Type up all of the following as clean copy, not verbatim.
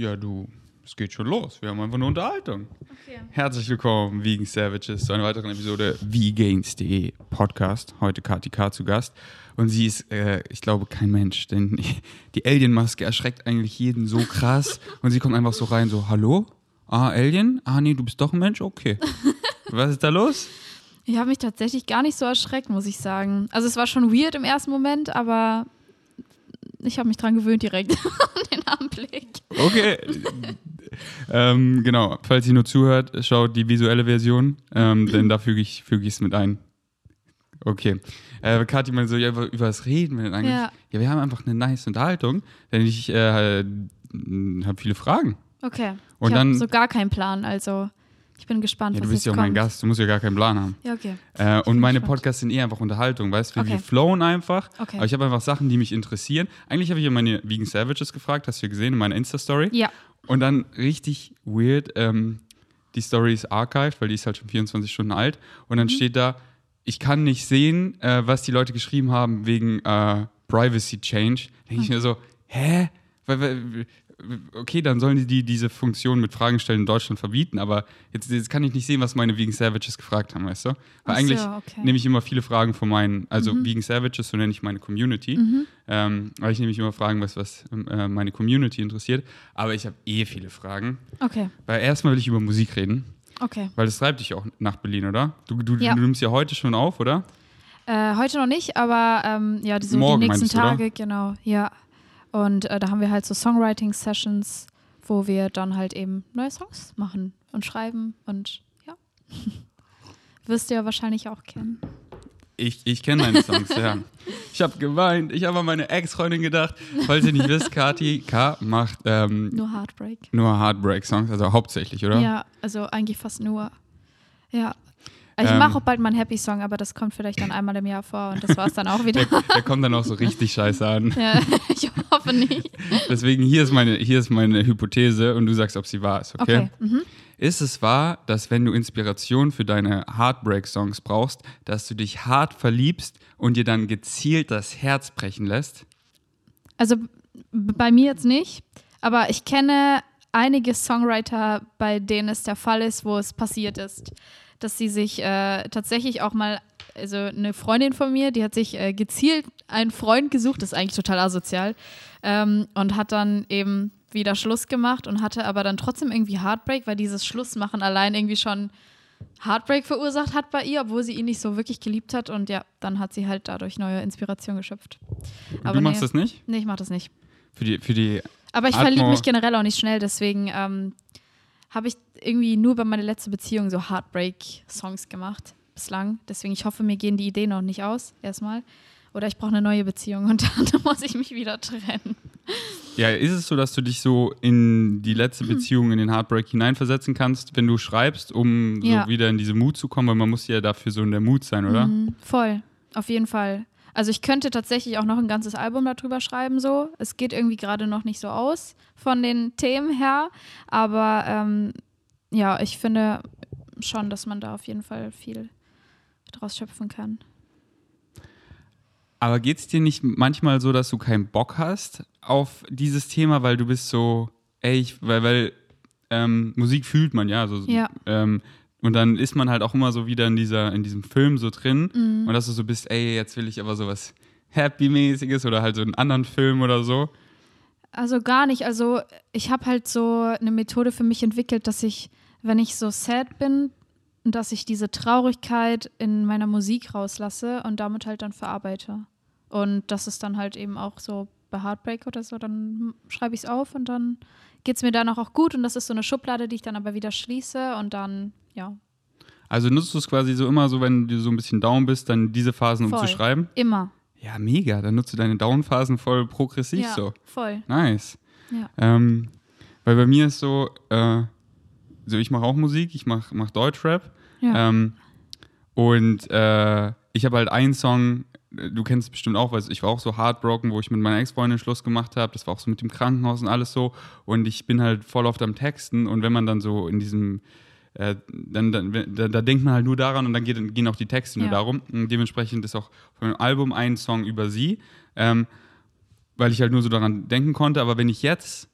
Ja, es geht schon los. Wir haben einfach eine Unterhaltung. Okay. Herzlich willkommen, Vegan Savages, zu einer weiteren Episode Vegans.de Podcast. Heute Kati K. zu Gast. Und sie ist, ich glaube, kein Mensch, denn die Alien-Maske erschreckt eigentlich jeden so krass. Und sie kommt einfach so rein, so, hallo? Ah, Alien? Ah, nee, du bist doch ein Mensch? Okay. Was ist da los? Ich habe mich tatsächlich gar nicht so erschreckt, muss ich sagen. Also es war schon weird im ersten Moment, aber ich habe mich dran gewöhnt direkt an den Anblick. Okay. Genau, falls ihr nur zuhört, schaut die visuelle Version, denn da füge ich es mit ein. Okay. Kathi meinte so, ja, über was reden wir denn eigentlich? Ja, wir haben einfach eine nice Unterhaltung, denn ich habe viele Fragen. Okay. Und ich habe so gar keinen Plan, also ich bin gespannt, ja, was du bist jetzt ja auch mein Gast, du musst ja gar keinen Plan haben. Ja, okay. Und meine Podcasts sind einfach Unterhaltung, weißt du? Okay. Wir flowen einfach, Okay. aber ich habe einfach Sachen, die mich interessieren. Eigentlich habe ich ja meine Vegan Savages gefragt, hast du ja gesehen in meiner Insta-Story. Ja. Und dann richtig weird, die Story ist archived, weil die ist halt schon 24 Stunden alt. Und dann steht da, ich kann nicht sehen, was die Leute geschrieben haben wegen Privacy Change. Da denke ich mir so, hä? Okay, dann sollen die diese Funktion mit Fragen stellen in Deutschland verbieten, aber jetzt kann ich nicht sehen, was meine Vegan Savages gefragt haben, weißt du? Weil eigentlich nehme ich immer viele Fragen von meinen, also Vegan Savages, so nenne ich meine Community, weil ich nämlich immer Fragen, was meine Community interessiert, aber ich habe viele Fragen. Okay. Weil erstmal will ich über Musik reden, Okay. weil das treibt dich auch nach Berlin, oder? Du Ja. nimmst ja heute schon auf, oder? Heute noch nicht, aber die nächsten meinst du, Tage, oder? Genau, ja. Und da haben wir halt so Songwriting-Sessions, wo wir dann halt eben neue Songs machen und schreiben und ja. Wirst du ja wahrscheinlich auch kennen. Ich kenne deine Songs, ja. Ich habe geweint, ich habe an meine Ex-Freundin gedacht. Falls ihr nicht wisst, Kati K. macht Nur Heartbreak. nur Heartbreak-Songs, also hauptsächlich, oder? Ja, also eigentlich fast nur. Ja. Ich mache auch bald mal einen Happy-Song, aber das kommt vielleicht dann einmal im Jahr vor und das war es dann auch wieder. Der kommt dann auch so richtig scheiße an. Ja, ich hoffe nicht. Deswegen, hier ist meine Hypothese und du sagst, ob sie wahr ist, okay? Ist es wahr, dass wenn du Inspiration für deine Heartbreak-Songs brauchst, dass du dich hart verliebst und dir dann gezielt das Herz brechen lässt? Also bei mir jetzt nicht, aber ich kenne einige Songwriter, bei denen es der Fall ist, wo es passiert ist. Dass sie sich tatsächlich auch mal, also eine Freundin von mir, die hat sich gezielt einen Freund gesucht, das ist eigentlich total asozial, und hat dann eben wieder Schluss gemacht und hatte aber dann trotzdem irgendwie Heartbreak, weil dieses Schlussmachen allein irgendwie schon Heartbreak verursacht hat bei ihr, obwohl sie ihn nicht so wirklich geliebt hat und ja, dann hat sie halt dadurch neue Inspiration geschöpft. Aber du machst das nicht? Nee, ich mach das nicht. Für die Aber ich verliebe mich generell auch nicht schnell, deswegen habe ich irgendwie nur bei meiner letzten Beziehung so Heartbreak-Songs gemacht, bislang. Deswegen, ich hoffe, mir gehen die Ideen noch nicht aus, erstmal. Oder ich brauche eine neue Beziehung und dann muss ich mich wieder trennen. Ja, ist es so, dass du dich so in die letzte Beziehung, in den Heartbreak hineinversetzen kannst, wenn du schreibst, um so wieder in diese Mut zu kommen? Weil man muss ja dafür so in der Mut sein, oder? Voll, auf jeden Fall. Also ich könnte tatsächlich auch noch ein ganzes Album darüber schreiben, so. Es geht irgendwie gerade noch nicht so aus von den Themen her, aber ja, ich finde schon, dass man da auf jeden Fall viel draus schöpfen kann. Aber geht es dir nicht manchmal so, dass du keinen Bock hast auf dieses Thema, weil du bist so, weil Musik fühlt man ja, so, und dann ist man halt auch immer so wieder in diesem Film so drin und dass du so bist, jetzt will ich aber sowas Happy-mäßiges oder halt so einen anderen Film oder so. Also gar nicht. Also ich habe halt so eine Methode für mich entwickelt, dass ich, wenn ich so sad bin, dass ich diese Traurigkeit in meiner Musik rauslasse und damit halt dann verarbeite. Und das ist dann halt eben auch so bei Heartbreak oder so, dann schreibe ich es auf und dann geht es mir danach auch gut und das ist so eine Schublade, die ich dann aber wieder schließe und dann, ja. Also nutzt du es quasi so immer so, wenn du so ein bisschen down bist, dann diese Phasen, um zu schreiben? Immer. Ja, mega. Dann nutzt du deine Down-Phasen voll progressiv so. Ja, voll. Nice. Ja. Weil bei mir ist so ich mache auch Musik, ich mach Deutschrap. Ja. Und ich habe halt einen Song, du kennst es bestimmt auch, weil ich war auch so heartbroken, wo ich mit meiner Ex-Freundin Schluss gemacht habe. Das war auch so mit dem Krankenhaus und alles so. Und ich bin halt voll oft am Texten. Und wenn man dann so in diesem, da denkt man halt nur daran und dann gehen auch die Texte nur darum. Und dementsprechend ist auch von dem Album ein Song über sie, weil ich halt nur so daran denken konnte. Aber wenn ich jetzt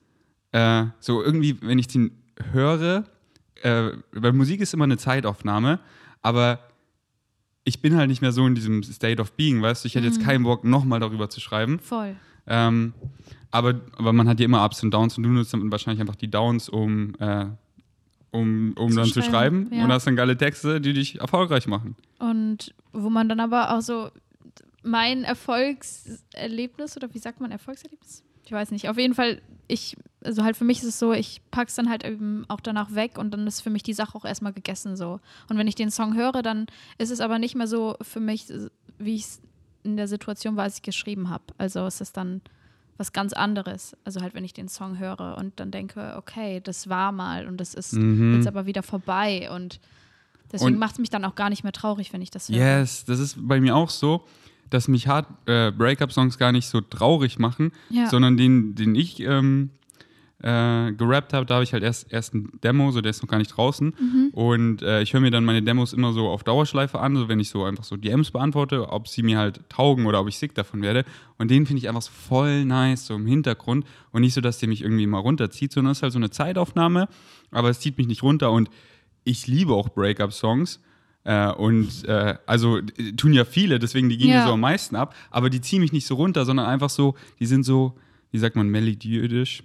so irgendwie, wenn ich den höre, weil Musik ist immer eine Zeitaufnahme, aber ich bin halt nicht mehr so in diesem State of Being, weißt du, ich hätte jetzt keinen Bock, nochmal darüber zu schreiben. Voll. Aber man hat ja immer Ups und Downs und du nutzt dann wahrscheinlich einfach die Downs, um dann zu schreiben ja. und hast dann geile Texte, die dich erfolgreich machen. Und wo man dann aber auch so mein Erfolgserlebnis, oder wie sagt man Erfolgserlebnis? Ich weiß nicht. Auf jeden Fall, also halt für mich ist es so, ich pack's dann halt eben auch danach weg und dann ist für mich die Sache auch erstmal gegessen so. Und wenn ich den Song höre, dann ist es aber nicht mehr so für mich, wie ich es in der Situation war, als ich geschrieben habe. Also es ist dann was ganz anderes. Also halt, wenn ich den Song höre und dann denke, okay, das war mal und das ist jetzt aber wieder vorbei und deswegen macht es mich dann auch gar nicht mehr traurig, wenn ich das höre. Yes, das ist bei mir auch so, dass mich Breakup-Songs gar nicht so traurig machen, sondern den ich gerappt habe, da habe ich halt erst ein Demo, so der ist noch gar nicht draußen. Und ich höre mir dann meine Demos immer so auf Dauerschleife an, so wenn ich so einfach so DMs beantworte, ob sie mir halt taugen oder ob ich sick davon werde. Und den finde ich einfach so voll nice, so im Hintergrund. Und nicht so, dass der mich irgendwie mal runterzieht, sondern es ist halt so eine Zeitaufnahme, aber es zieht mich nicht runter. Und ich liebe auch Breakup-Songs. Also tun ja viele, deswegen die gehen ja so am meisten ab, aber die ziehen mich nicht so runter, sondern einfach so, die sind so, wie sagt man, melancholisch?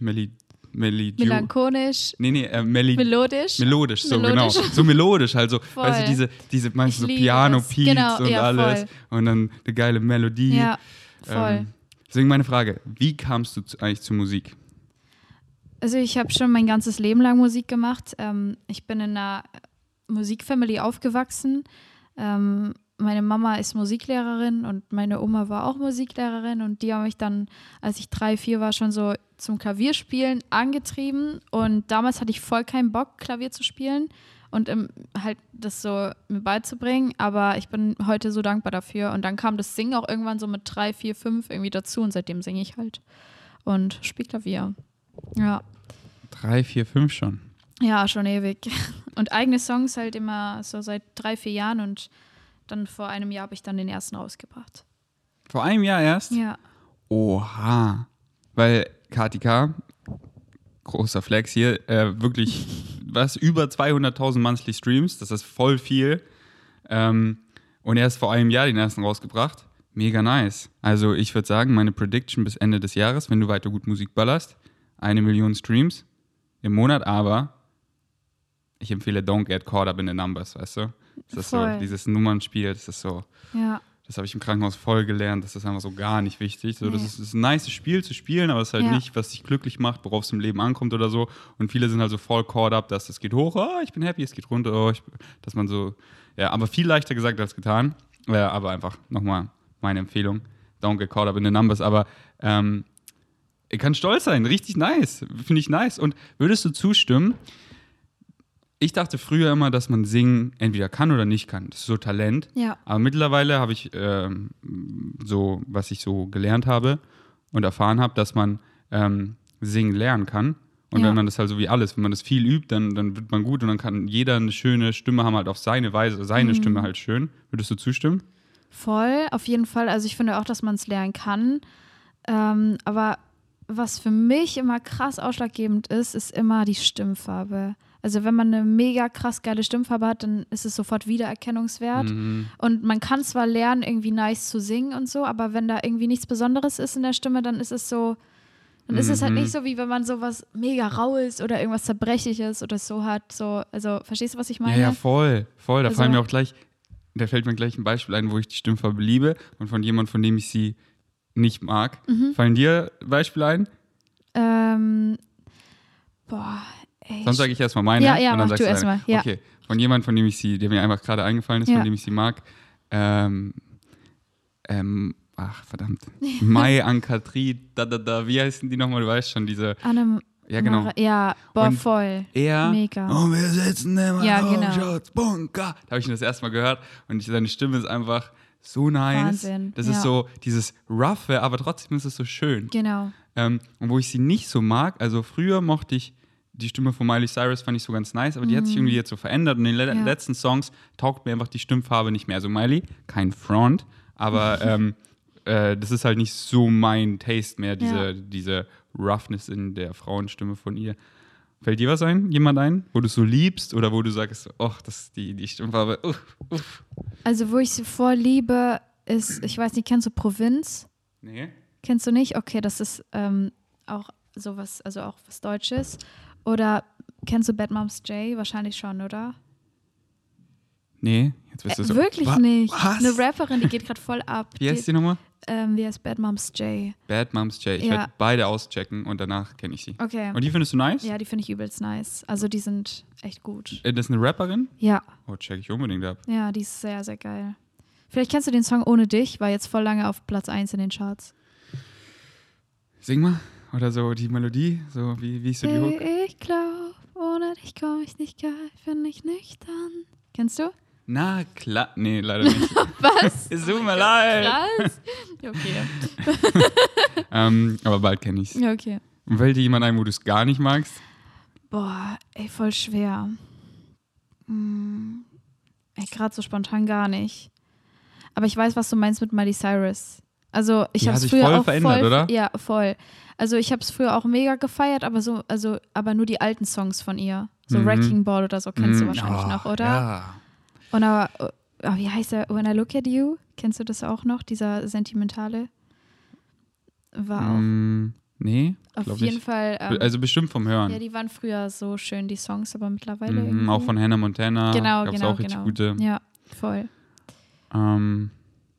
Melodisch, so genau. So melodisch, also, voll. Weißt du, diese manchmal so Piano-Peaks und alles voll. und dann eine geile Melodie. Ja, voll. Deswegen meine Frage, wie kamst du eigentlich zur Musik? Also ich habe schon mein ganzes Leben lang Musik gemacht. Ich bin in einer Musikfamily aufgewachsen. Meine Mama ist Musiklehrerin und meine Oma war auch Musiklehrerin und die haben mich dann, als ich 3, 4 war, schon so zum Klavierspielen angetrieben und damals hatte ich voll keinen Bock, Klavier zu spielen und halt das so mir beizubringen, aber ich bin heute so dankbar dafür und dann kam das Singen auch irgendwann so mit 3, 4, 5 irgendwie dazu und seitdem singe ich halt und spiele Klavier. Ja. 3, 4, 5 schon? Ja, schon ewig. Und eigene Songs halt immer so seit 3, 4 Jahren und dann vor einem Jahr habe ich dann den ersten rausgebracht. Vor einem Jahr erst? Ja. Oha. Weil Katika, großer Flex hier, wirklich, über 200.000 Monthly Streams, das ist voll viel. Und erst vor einem Jahr den ersten rausgebracht. Mega nice. Also ich würde sagen, meine Prediction bis Ende des Jahres, wenn du weiter gut Musik ballerst, 1 Million Streams im Monat, aber ich empfehle Don't Get Caught Up in the Numbers, weißt du? Das ist so, dieses Nummernspiel, das ist so, das habe ich im Krankenhaus voll gelernt, das ist einfach so gar nicht wichtig. So, das ist ein nice Spiel zu spielen, aber es ist halt nicht, was dich glücklich macht, worauf es im Leben ankommt oder so. Und viele sind halt so voll caught up, dass es geht hoch, ich bin happy, es geht runter, dass man so, aber viel leichter gesagt als getan. Aber einfach nochmal meine Empfehlung, Don't Get Caught Up in the Numbers, aber ich kann stolz sein, richtig nice, finde ich nice. Und würdest du zustimmen, ich dachte früher immer, dass man singen entweder kann oder nicht kann. Das ist so Talent. Ja. Aber mittlerweile habe ich so, was ich so gelernt habe und erfahren habe, dass man singen lernen kann. Und wenn man das halt so wie alles, wenn man das viel übt, dann wird man gut und dann kann jeder eine schöne Stimme haben, halt auf seine Weise, seine Stimme halt schön. Würdest du zustimmen? Voll, auf jeden Fall. Also ich finde auch, dass man es lernen kann. Aber was für mich immer krass ausschlaggebend ist immer die Stimmfarbe. Also wenn man eine mega krass geile Stimmfarbe hat, dann ist es sofort wiedererkennungswert. Und man kann zwar lernen, irgendwie nice zu singen und so, aber wenn da irgendwie nichts Besonderes ist in der Stimme, dann ist es so, dann ist es halt nicht so, wie wenn man sowas mega Raues oder irgendwas Zerbrechliches oder so hat. So, also verstehst du, was ich meine? Ja, voll. Da fällt mir gleich ein Beispiel ein, wo ich die Stimmfarbe liebe und von jemandem, von dem ich sie nicht mag. Fallen dir Beispiele ein? Sonst sage ich erstmal meine. Ja, und dann mach du erstmal. Ja. Okay, von jemandem, von dem ich sie, der mir einfach gerade eingefallen ist, von dem ich sie mag. Verdammt. Mai, Ankatri, wie heißen die nochmal? Du weißt schon, diese. Ja, genau. Ja, voll. Mega. Und wir sitzen immer genau. Bunker. Da habe ich ihn das erste Mal gehört und seine Stimme ist einfach so nice. Wahnsinn. Das ist so dieses Roughe, aber trotzdem ist es so schön. Genau. Und wo ich sie nicht so mag, also früher mochte ich die Stimme von Miley Cyrus, fand ich so ganz nice, aber die hat sich irgendwie jetzt so verändert und in den letzten Songs taugt mir einfach die Stimmfarbe nicht mehr. Also Miley, kein Front, aber das ist halt nicht so mein Taste mehr, diese Roughness in der Frauenstimme von ihr. Fällt dir was ein? Jemand ein? Wo du es so liebst oder wo du sagst, ach, die Stimmfarbe, uff. Also, wo ich sie voll liebe, ist, ich weiß nicht, kennst du Provinz? Nee. Kennst du nicht? Okay, das ist auch sowas, also auch was Deutsches. Oder kennst du Bad Moms J? Wahrscheinlich schon, oder? Nee, jetzt bist du so. Wirklich nicht. Was? Eine Rapperin, die geht gerade voll ab. Wie heißt die nochmal? Die heißt Bad Moms J. Bad Moms J. Ich Ja. werde beide auschecken und danach kenne ich sie. Okay. Und die findest du nice? Ja, die finde ich übelst nice. Also die sind echt gut. Das ist eine Rapperin? Ja. Oh, check ich unbedingt ab. Ja, die ist sehr, sehr geil. Vielleicht kennst du den Song Ohne dich, war jetzt voll lange auf Platz 1 in den Charts. Sing mal. Oder so die Melodie, so wie ist so die Hook? Ich glaub, ohne dich komm ich nicht geil, bin ich nüchtern. Kennst du? Na klar, nee, leider nicht. Was? Es tut mir leid. Krass. Okay. Aber bald kenne ich's. Ja, okay. Und fällt dir jemand ein, wo du es gar nicht magst? Boah, ey, voll schwer. Ey, gerade so spontan gar nicht. Aber ich weiß, was du meinst mit Miley Cyrus. Also ich habe es früher voll auch verändert, voll, oder? Ja, voll. Also ich habe es früher auch mega gefeiert, aber nur die alten Songs von ihr. So Wrecking Ball oder so kennst du wahrscheinlich noch, oder? Ja. Und aber, wie heißt der? When I Look at You? Kennst du das auch noch? Dieser sentimentale? War auch. Nee, Auf glaub jeden nicht. Fall. Also bestimmt vom Hören. Ja, die waren früher so schön, die Songs, aber mittlerweile irgendwie. Auch von Hannah Montana Genau, gab es genau, auch richtig genau. gute. Ja, voll. Kannst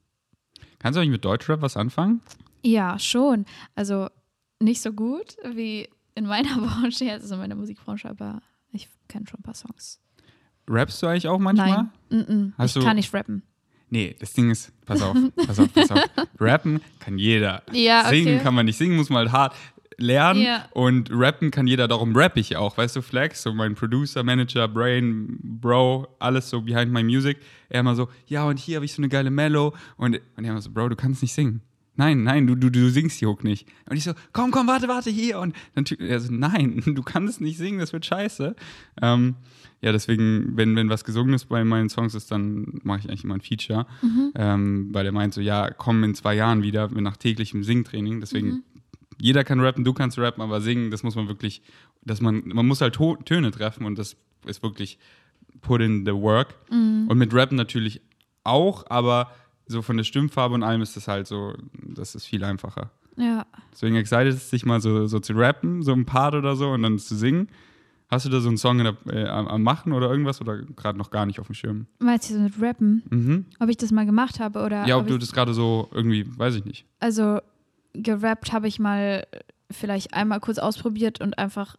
du eigentlich mit Deutschrap was anfangen? Ja, schon. Also nicht so gut wie in meiner Branche jetzt, also in meiner Musikbranche, aber ich kenne schon ein paar Songs. Rappst du eigentlich auch manchmal? Nein, Hast ich du- kann nicht rappen. Nee, das Ding ist, pass auf. Rappen kann jeder. Ja, okay. Singen kann man nicht. Singen muss man halt hart lernen. Ja. Und rappen kann jeder, darum rappe ich auch. Weißt du, Flex, so mein Producer, Manager, Brain, Bro, alles so behind my music. Er immer so, ja, und hier habe ich so eine geile Mellow. Und er immer so, Bro, du kannst nicht singen. Nein, du singst die Hook nicht. Und ich so, komm, warte, hier. Und dann er so, nein, du kannst nicht singen, das wird scheiße. Ja, deswegen, wenn was gesungen ist bei meinen Songs ist, dann mache ich eigentlich immer ein Feature. Weil er meint so, ja, komm in 2 Jahren wieder nach täglichem Singtraining. Deswegen, jeder kann rappen, du kannst rappen, aber singen, das muss man wirklich, man muss halt Töne treffen und das ist wirklich put in the work. Und mit Rappen natürlich auch, aber so von der Stimmfarbe und allem ist das halt so, das ist viel einfacher. Ja. Deswegen excited es dich mal so zu rappen, so ein Part oder so und dann zu singen. Hast du da so einen Song am Machen oder irgendwas oder gerade noch gar nicht auf dem Schirm? Meinst du so mit Rappen? Ob ich das mal gemacht habe oder? Ja, ob du das gerade so irgendwie, weiß ich nicht. Also gerappt habe ich mal vielleicht einmal kurz ausprobiert und einfach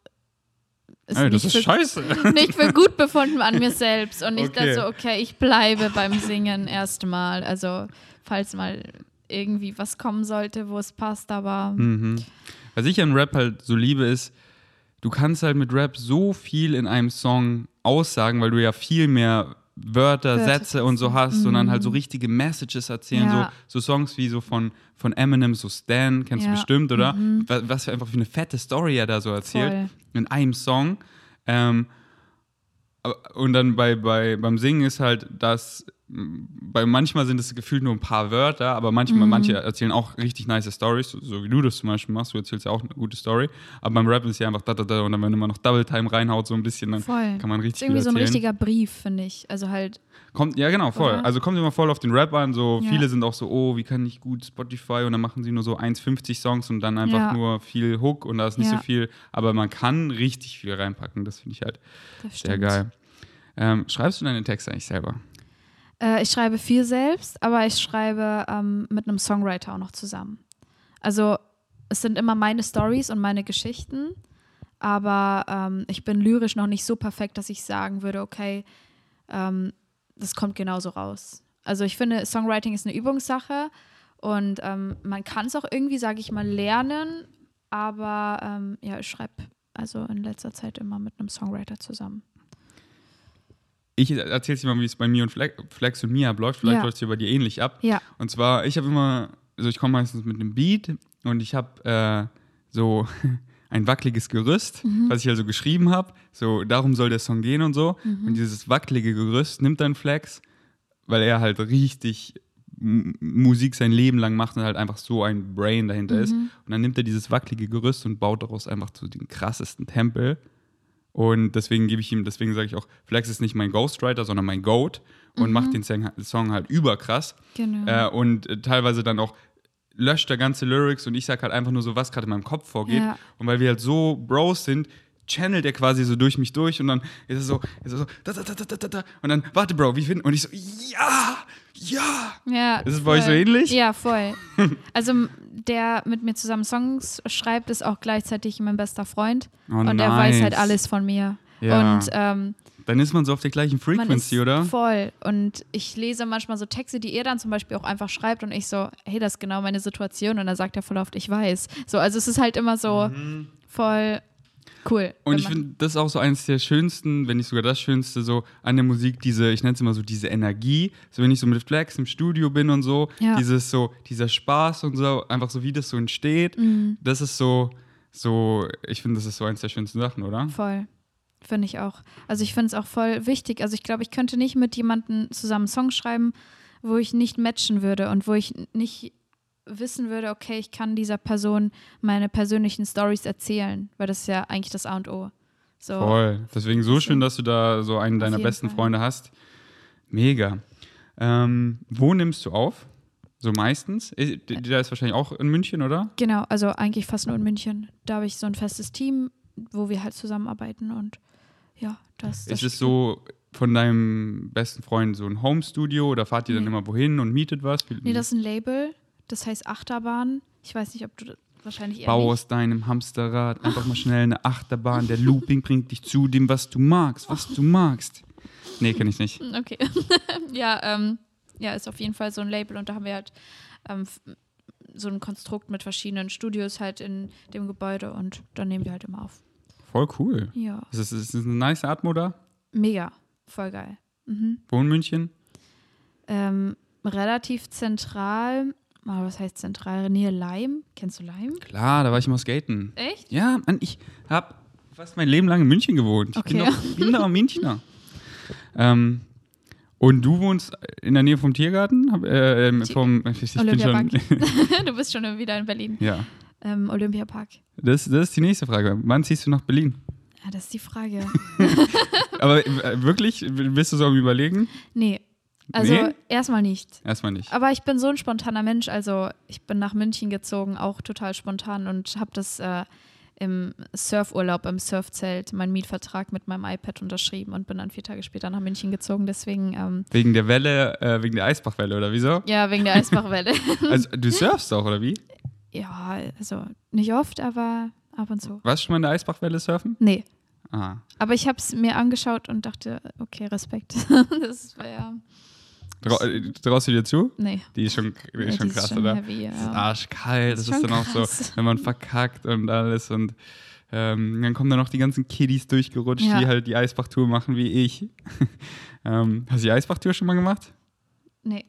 Ey, das ist scheiße. nicht für gut befunden an mir selbst. Und ich Okay. dachte so, okay, ich bleibe beim Singen erstmal. Also falls mal irgendwie was kommen sollte, wo es passt, aber Was ich an Rap halt so liebe ist, du kannst halt mit Rap so viel in einem Song aussagen, weil du ja viel mehr Wörter, Sätze und so hast und dann halt so richtige Messages erzählen, Ja. so Songs wie so von Eminem, so Stan, kennst du Ja. bestimmt, oder? Was für einfach für eine fette Story er da so erzählt Voll. in einem Song. Und dann beim Singen ist halt das, manchmal sind es gefühlt nur ein paar Wörter, aber manche erzählen auch richtig nice Stories, so wie du das zum Beispiel machst, du erzählst ja auch eine gute Story, aber beim Rappen ist ja einfach da und dann, wenn man noch Double Time reinhaut, so ein bisschen, dann voll. kann man Das richtig ist irgendwie viel so ein erzählen. richtiger Brief, finde ich. Also halt, Ja, genau, voll. Oder? Also kommt immer voll auf den Rap an. So Ja. viele sind auch so, oh, wie kann ich gut Spotify und dann machen sie nur so 1,50 Songs und dann einfach Ja. nur viel Hook und da ist nicht Ja. so viel. Aber man kann richtig viel reinpacken. Das finde ich halt das sehr stimmt. geil. Schreibst du deine Texte eigentlich selber? Ich schreibe viel selbst, aber ich schreibe mit einem Songwriter auch noch zusammen. Also es sind immer meine Storys und meine Geschichten, aber ich bin lyrisch noch nicht so perfekt, dass ich sagen würde, okay, das kommt genauso raus. Also ich finde, Songwriting ist eine Übungssache und man kann es auch irgendwie, sage ich mal, lernen, aber ja, ich schreibe also in letzter Zeit immer mit einem Songwriter zusammen. Ich erzähle dir mal, wie es bei mir und Flex und mir abläuft. Vielleicht Ja. läuft es hier bei dir ähnlich ab. Ja. Und zwar, ich habe immer, also ich komme meistens mit einem Beat und ich habe so ein wackeliges Gerüst, was ich also geschrieben habe. So, darum soll der Song gehen und so. Und dieses wackelige Gerüst nimmt dann Flex, weil er halt richtig Musik sein Leben lang macht und halt einfach so ein Brain dahinter ist. Und dann nimmt er dieses wackelige Gerüst und baut daraus einfach so den krassesten Tempel. Und deswegen sage ich auch, Flex ist nicht mein Ghostwriter, sondern mein Goat und macht den Song halt überkrass. Genau. Und teilweise dann auch löscht er ganze Lyrics und ich sag halt einfach nur so, was gerade in meinem Kopf vorgeht. Ja. Und weil wir halt so Bros sind, channelt er quasi so durch mich durch und dann ist es so da. Und dann, warte Bro, wie finden? Und ich so, ja. Ist es bei euch so ähnlich? Ja, voll. Also der mit mir zusammen Songs schreibt, ist auch gleichzeitig mein bester Freund. Oh, und er weiß halt alles von mir. Ja. Und dann ist man so auf der gleichen Frequency, oder? Voll. Und ich lese manchmal so Texte, die er dann zum Beispiel auch einfach schreibt und ich so, hey, das ist genau meine Situation. Und dann sagt er voll oft, ich weiß. So, also es ist halt immer so voll cool. Und ich finde, das ist auch so eines der schönsten, wenn nicht sogar das Schönste, so an der Musik, ich nenne es immer so diese Energie. So, wenn ich so mit Flex im Studio bin und so, dieser Spaß und so, einfach so, wie das so entsteht, das ist so, ich finde, das ist so eines der schönsten Sachen, oder? Voll. Finde ich auch. Also ich finde es auch voll wichtig. Also ich glaube, ich könnte nicht mit jemandem zusammen Songs schreiben, wo ich nicht matchen würde und wo ich nicht wissen würde, okay, ich kann dieser Person meine persönlichen Storys erzählen, weil das ist ja eigentlich das A und O. So. Voll. Deswegen so schön, dass du da so einen deiner besten Freunde hast. Mega. Wo nimmst du auf? So meistens? Der ist wahrscheinlich auch in München, oder? Genau, also eigentlich fast nur in München. Da habe ich so ein festes Team, wo wir halt zusammenarbeiten und ja, das ist es so von deinem besten Freund so ein Home-Studio oder fahrt ihr dann immer wohin und mietet was? Nee, das ist ein Label, das heißt Achterbahn. Ich weiß nicht, ob du wahrscheinlich eher Bau aus deinem Hamsterrad einfach mal schnell eine Achterbahn. Der Looping bringt dich zu dem, was du magst. Nee, kenn ich nicht. Okay. Ja, ist auf jeden Fall so ein Label und da haben wir halt so ein Konstrukt mit verschiedenen Studios halt in dem Gebäude und da nehmen wir halt immer auf. Voll cool. Ja. Ist das eine nice Atmo da? Mega. Voll geil. Wo in München? Relativ zentral. Was heißt zentral? Nähe Leim. Kennst du Leim? Klar, da war ich mal skaten. Echt? Ja, Mann, ich habe fast mein Leben lang in München gewohnt. Okay. Ich bin doch Münchner. Und du wohnst in der Nähe vom Tiergarten? Olympiapark. Du bist schon wieder in Berlin. Ja. Olympiapark. Das ist die nächste Frage. Wann ziehst du nach Berlin? Ja, das ist die Frage. Aber wirklich? Bist du so am Überlegen? Nee. Also erstmal nicht. Erstmal nicht. Aber ich bin so ein spontaner Mensch. Also ich bin nach München gezogen, auch total spontan und habe das im Surfurlaub, im Surfzelt, meinen Mietvertrag mit meinem iPad unterschrieben und bin dann 4 Tage später nach München gezogen. Deswegen wegen der Welle, wegen der Eisbachwelle, oder wieso? Ja, wegen der Eisbachwelle. Also du surfst auch, oder wie? Ja, also nicht oft, aber ab und zu. Warst du schon mal in der Eisbachwelle surfen? Nee. Ah. Aber ich habe es mir angeschaut und dachte, okay, Respekt. Das war ja... Traust du dir zu? Nee. Die ist schon krass, schon oder? Heavy, ja. Das ist arschkalt. Das ist dann auch krass. so, wenn man verkackt und alles. Und dann kommen dann noch die ganzen Kiddies durchgerutscht, Ja. die halt die Eisbachtour machen wie ich. Hast du die Eisbachtour schon mal gemacht? Nee.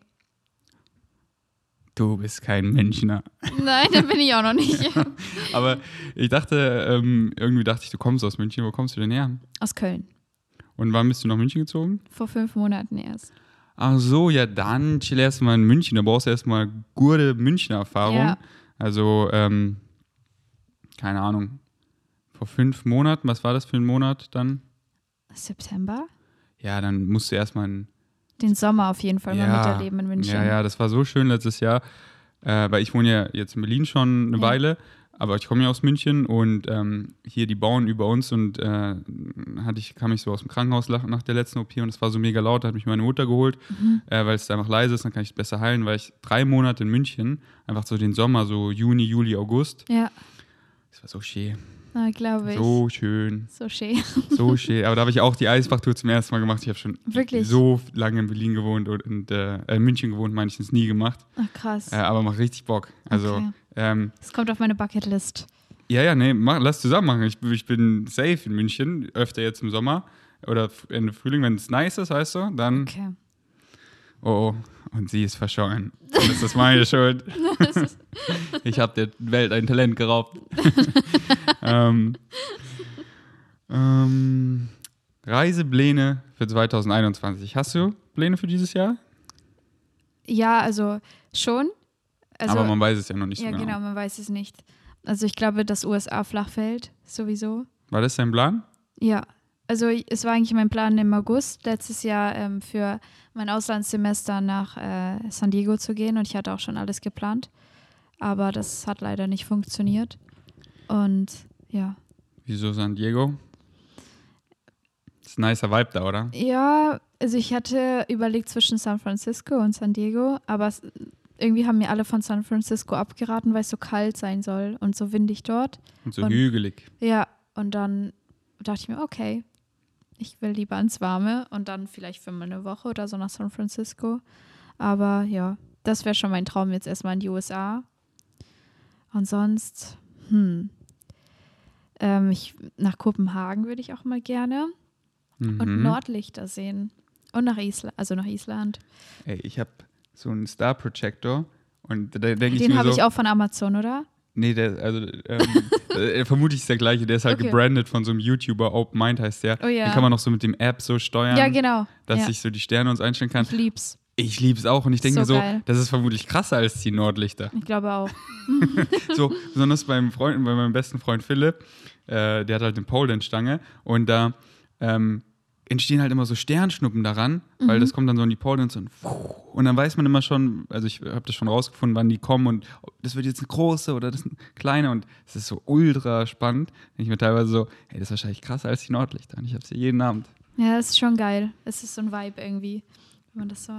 Du bist kein Münchner. Nein, da bin ich auch noch nicht. Aber ich dachte, irgendwie dachte ich, du kommst aus München. Wo kommst du denn her? Aus Köln. Und wann bist du nach München gezogen? Vor 5 Monaten erst. Ach so, ja dann chill erstmal in München. Da brauchst du erstmal gute Münchner Erfahrung. Ja. Also, keine Ahnung, vor 5 Monaten, was war das für ein Monat dann? September? Ja, dann musst du erstmal Den Sommer auf jeden Fall mal miterleben in München. Ja, das war so schön letztes Jahr, weil ich wohne ja jetzt in Berlin schon eine Weile, aber ich komme ja aus München und hier die bauen über uns und kam ich so aus dem Krankenhaus nach der letzten OP und es war so mega laut, da hat mich meine Mutter geholt, weil es einfach leise ist, dann kann ich besser heilen, weil ich 3 Monate in München, einfach so den Sommer, so Juni, Juli, August. Ja. Das war so schön. Na, glaube ich. So schön. So schön. So schön. Aber da habe ich auch die Eisbachtour zum ersten Mal gemacht. Ich habe schon Wirklich? so lange in Berlin gewohnt und in München gewohnt, meine ich, das nie gemacht. Ach, krass. Aber macht richtig Bock. Also, Okay. Das kommt auf meine Bucketlist. Lass zusammen machen. Ich bin safe in München, öfter jetzt im Sommer oder Ende Frühling, wenn es nice ist, weißt du, dann. Okay. Oh, und sie ist verschollen. Dann ist das meine Schuld. Ich habe der Welt ein Talent geraubt. Reisepläne für 2021. Hast du Pläne für dieses Jahr? Ja, also schon. Also, aber man weiß es ja noch nicht so ja, genau, man weiß es nicht. Also ich glaube, dass USA flach fällt, sowieso. War das dein Plan? Ja, also es war eigentlich mein Plan im August letztes Jahr für mein Auslandssemester nach San Diego zu gehen und ich hatte auch schon alles geplant, aber das hat leider nicht funktioniert und ja. Wieso San Diego? Das ist ein nicer Vibe da, oder? Ja, also ich hatte überlegt zwischen San Francisco und San Diego, aber irgendwie haben mir alle von San Francisco abgeraten, weil es so kalt sein soll und so windig dort. Und so hügelig. Ja, und dann dachte ich mir, okay, ich will lieber ins Warme und dann vielleicht für mal eine Woche oder so nach San Francisco. Aber ja, das wäre schon mein Traum, jetzt erstmal in die USA. Und sonst, nach Kopenhagen würde ich auch mal gerne. Und Nordlichter sehen. Und nach Island. Ey, ich habe so einen Star Projector und da denke ich mir so... Den habe ich auch von Amazon, oder? Nee, vermutlich ist der gleiche. Der ist halt gebrandet von so einem YouTuber, Open Mind heißt der. Oh ja. Den kann man noch so mit dem App so steuern. Ja, genau. Dass ich so die Sterne uns einstellen kann. Ich lieb's. Ich lieb's auch und ich denke mir so, geil. das ist vermutlich krasser als die Nordlichter. Ich glaube auch. So, besonders bei meinem besten Freund Philipp, der hat halt eine Pole Dance-Stange und da entstehen halt immer so Sternschnuppen daran, weil das kommt dann so in die Pole Dance und dann weiß man immer schon, also ich habe das schon rausgefunden, wann die kommen und das wird jetzt eine große oder das eine kleine und es ist so ultra spannend. Denke ich mir teilweise so, hey, das ist wahrscheinlich krasser als die Nordlichter und ich habe es hier jeden Abend. Ja, das ist schon geil. Es ist so ein Vibe irgendwie, wenn man das so...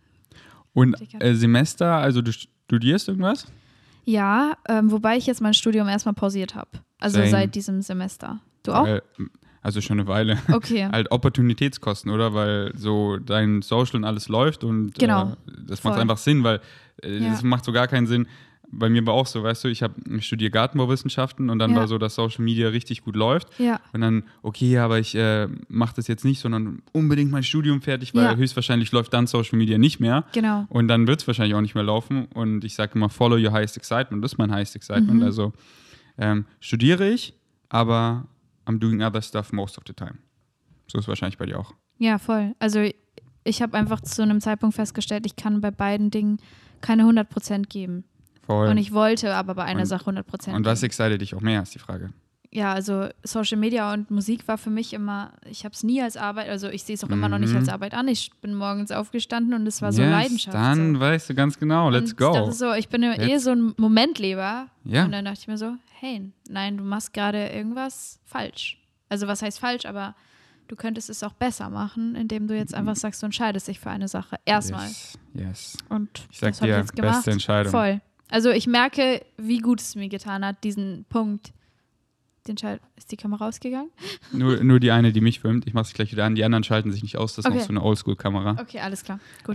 Und Semester, also du studierst irgendwas? Ja, wobei ich jetzt mein Studium erstmal pausiert habe. Also seit diesem Semester. Du auch? Also schon eine Weile. Okay. Halt Opportunitätskosten, oder? Weil so dein Social und alles läuft und genau. Das macht einfach Sinn, weil das macht so gar keinen Sinn. Bei mir war auch so, weißt du, ich studiere Gartenbauwissenschaften und dann war so, dass Social Media richtig gut läuft. Ja. Und dann, okay, aber ich mache das jetzt nicht, sondern unbedingt mein Studium fertig, weil höchstwahrscheinlich läuft dann Social Media nicht mehr. Genau. Und dann wird es wahrscheinlich auch nicht mehr laufen. Und ich sage immer, follow your highest excitement. Das ist mein highest excitement. Also studiere ich, aber I'm doing other stuff most of the time. So ist es wahrscheinlich bei dir auch. Ja, voll. Also ich habe einfach zu einem Zeitpunkt festgestellt, ich kann bei beiden Dingen keine 100% geben. Voll. Und ich wollte aber bei einer Sache 100% geben. Und was excited dich auch mehr, ist die Frage. Ja, also Social Media und Musik war für mich immer, ich habe es nie als Arbeit, also ich sehe es auch immer noch nicht als Arbeit an. Ich bin morgens aufgestanden und es war so Leidenschaft. Dann weißt du ganz genau, let's go. Das ist so, ich bin so ein Momentleber. Ja. Und dann dachte ich mir so, hey, nein, du machst gerade irgendwas falsch. Also was heißt falsch, aber du könntest es auch besser machen, indem du jetzt einfach sagst, du entscheidest dich für eine Sache. Erstmal. Yes. Und ich sag das habe dir, ich jetzt gemacht. beste Entscheidung. Voll. Also ich merke, wie gut es mir getan hat, diesen Punkt. Ist die Kamera ausgegangen? Nur die eine, die mich filmt. Ich mache es gleich wieder an. Die anderen schalten sich nicht aus. Das ist noch so eine Oldschool-Kamera. Okay, alles klar. Gut.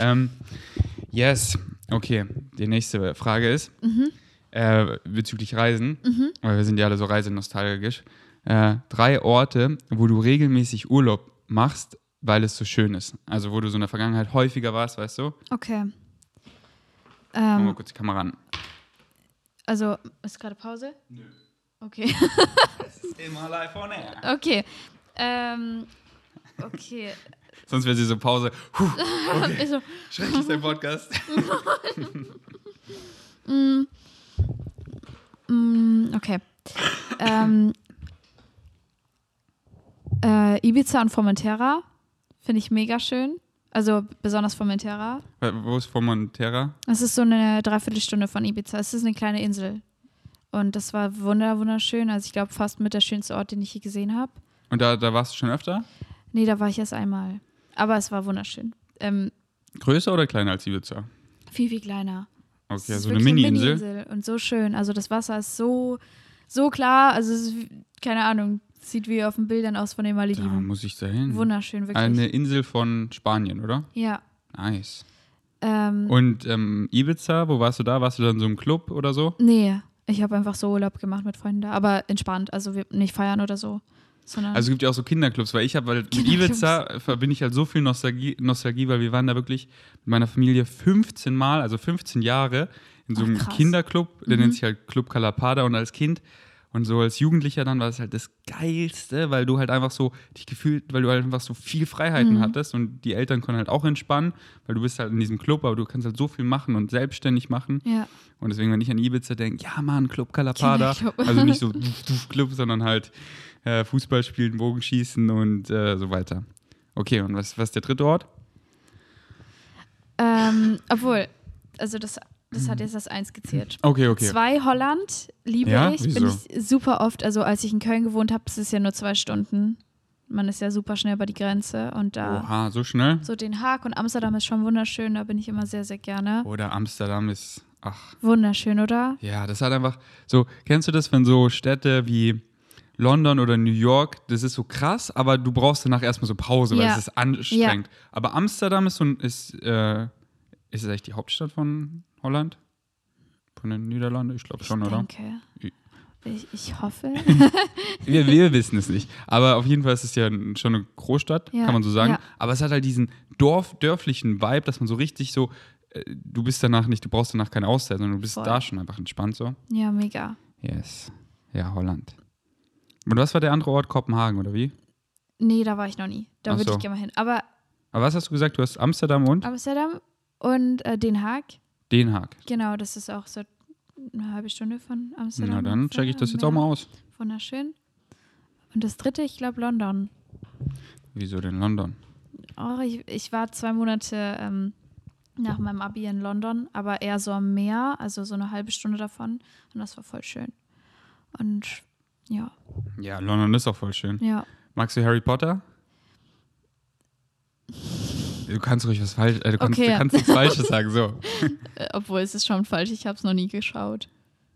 Yes. Okay. Die nächste Frage ist bezüglich Reisen. Weil wir sind ja alle so reisenostalgisch. 3 Orte, wo du regelmäßig Urlaub machst, weil es so schön ist. Also wo du so in der Vergangenheit häufiger warst, weißt du? Okay. Machen wir mal kurz die Kamera an. Also, ist gerade Pause? Nö. Okay. Es ist immer live on air. Okay. Okay. Sonst wäre sie so Pause. Okay. So. Schrecklich ist der Podcast. Okay. Ibiza und Formentera finde ich mega schön. Also besonders Formentera. Wo ist Formentera? Es ist so eine Dreiviertelstunde von Ibiza. Es ist eine kleine Insel. Und das war wunderschön. Also ich glaube fast mit der schönste Ort, den ich je gesehen habe. Und da warst du schon öfter? Nee, da war ich erst einmal. Aber es war wunderschön. Größer oder kleiner als Ibiza? Viel kleiner. Okay, so eine Mini-Insel. Und so schön. Also das Wasser ist so klar. Also es ist, keine Ahnung, sieht wie auf den Bildern aus von den Malediven. Da muss ich da hin. Wunderschön, wirklich. Eine Insel von Spanien, oder? Ja. Nice. Und Ibiza, wo warst du da? Warst du da in so einem Club oder so? Nee, ich habe einfach so Urlaub gemacht mit Freunden da. Aber entspannt, also wir nicht feiern oder so. Also es gibt ja auch so Kinderclubs, weil ich habe halt mit Ibiza verbinde ich halt so viel Nostalgie, weil wir waren da wirklich mit meiner Familie 15 Jahre in so einem Kinderclub, der nennt sich halt Club Calapada und als Kind Und so als Jugendlicher dann war es halt das Geilste, weil du halt einfach so weil du halt einfach so viel Freiheiten hattest und die Eltern können halt auch entspannen, weil du bist halt in diesem Club, aber du kannst halt so viel machen und selbstständig machen. Ja. Und deswegen, wenn ich an Ibiza denke, ja Mann, Club Calapada, also nicht so Club, sondern halt Fußball spielen, Bogenschießen und so weiter. Okay, und was ist der dritte Ort? Obwohl, also das hat jetzt das 1 gezählt. Okay. 2 Holland, liebe Ja? ich. Wieso? Bin ich super oft, also als ich in Köln gewohnt habe, das ist ja nur 2 Stunden. Man ist ja super schnell über die Grenze und da Oha, so schnell? so Den Haag und Amsterdam ist schon wunderschön, da bin ich immer sehr, sehr gerne. Oder Amsterdam ist, Wunderschön, oder? ja, das hat einfach so, kennst du das, wenn so Städte wie London oder New York, das ist so krass, aber du brauchst danach erstmal so Pause, weil Ja. es ist anstrengend. Aber Amsterdam ist ist es echt die Hauptstadt von Holland? Von den Niederlanden? Ich glaube schon, oder? Ich hoffe. Wir wissen es nicht. Aber auf jeden Fall ist es ja schon eine Großstadt, Ja, kann man so sagen. ja. Aber es hat halt diesen dörflichen Vibe, dass man so richtig so, du brauchst danach keine Auszeit, sondern du bist Voll. da schon einfach entspannt so. Ja, mega. Yes. Ja, Holland. Und was war der andere Ort? Kopenhagen, oder wie? Nee, da war ich noch nie. Da Ach würde so. ich gerne mal hin. Aber Aber was hast du gesagt? Du hast Amsterdam und Amsterdam und Den Haag, Den Haag. genau, das ist auch so eine halbe Stunde von Amsterdam. Na dann checke ich das jetzt auch mal aus. Wunderschön. Und das dritte, ich glaube London. Wieso denn London? Oh, ich war 2 Monate nach meinem Abi in London, aber eher so am Meer, also so eine halbe Stunde davon. Und das war voll schön. Und ja, Ja, London ist auch voll schön. ja. Magst du Harry Potter? Du kannst ruhig was falsch, du kannst nichts Falsches sagen, so. Obwohl es ist schon falsch, ich habe es noch nie geschaut.